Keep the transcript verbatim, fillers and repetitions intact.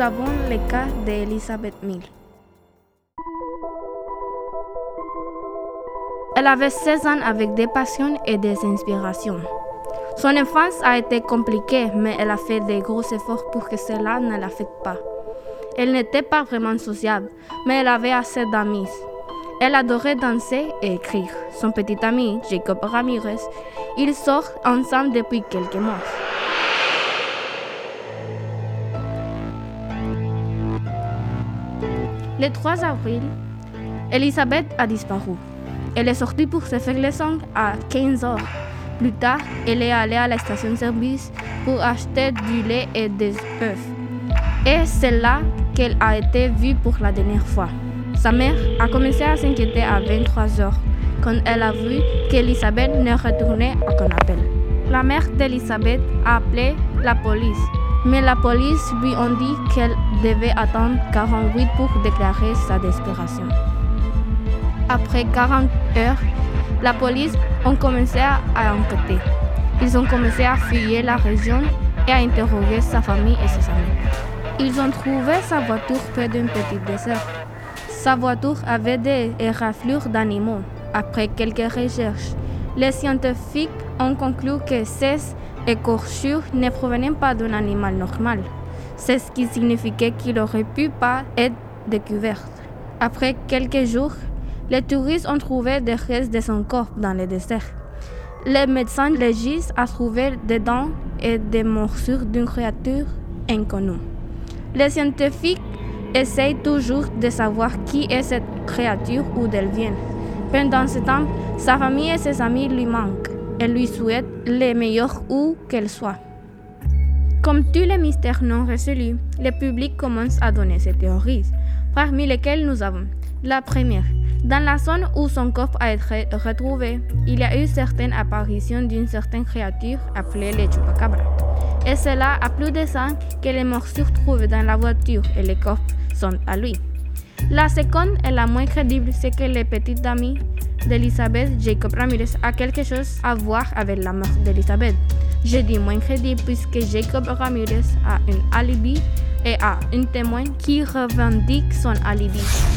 avons le cas d'Elizabeth Mill. Elle avait seize ans avec des passions et des inspirations. Son enfance a été compliquée, mais elle a fait de gros efforts pour que cela ne l'affecte pas. Elle n'était pas vraiment sociable, mais elle avait assez d'amis. Elle adorait danser et écrire. Son petit ami, Jacob Ramirez, ils sortent ensemble depuis quelques mois. Le trois avril, Elizabeth a disparu. Elle est sortie pour se faire les ongles à quinze heures. Plus tard, elle est allée à la station-service pour acheter du lait et des œufs. Et c'est là qu'elle a été vue pour la dernière fois. Sa mère a commencé à s'inquiéter à vingt-trois heures, quand elle a vu qu'Elizabeth ne retournait aucun appel. La mère d'Elizabeth a appelé la police, mais la police lui a dit qu'elle devait attendre quarante-huit pour déclarer sa disparition. Après quarante heures, la police a commencé à enquêter. Ils ont commencé à fouiller la région et à interroger sa famille et ses amis. Ils ont trouvé sa voiture près d'un petit désert. Sa voiture avait des éraflures d'animaux. Après quelques recherches, les scientifiques ont conclu que ces écorchures ne provenaient pas d'un animal normal. C'est ce qui signifiait qu'il n'aurait pu pas être découvert. Après quelques jours, les touristes ont trouvé des restes de son corps dans le désert. Les médecins légistes ont trouvé des dents et des morsures d'une créature inconnue. Les scientifiques essayent toujours de savoir qui est cette créature ou d'où elle vient. Pendant ce temps, sa famille et ses amis lui manquent et lui souhaitent le meilleur où qu'elle soit. Comme tous les mystères non résolus, le public commence à donner ses théories, parmi lesquelles nous avons la première. Dans la zone où son corps a été retrouvé, il y a eu certaines apparitions d'une certaine créature appelée le Chupacabra. Et cela a plus de sang que les morsures trouvées dans la voiture et les corps sont à lui. La seconde et la moins crédible, c'est que le petit ami d'Elizabeth, Jacob Ramirez, a quelque chose à voir avec la mort d'Elizabeth. Je dis moins crédible puisque Jacob Ramirez a un alibi et a un témoin qui revendique son alibi.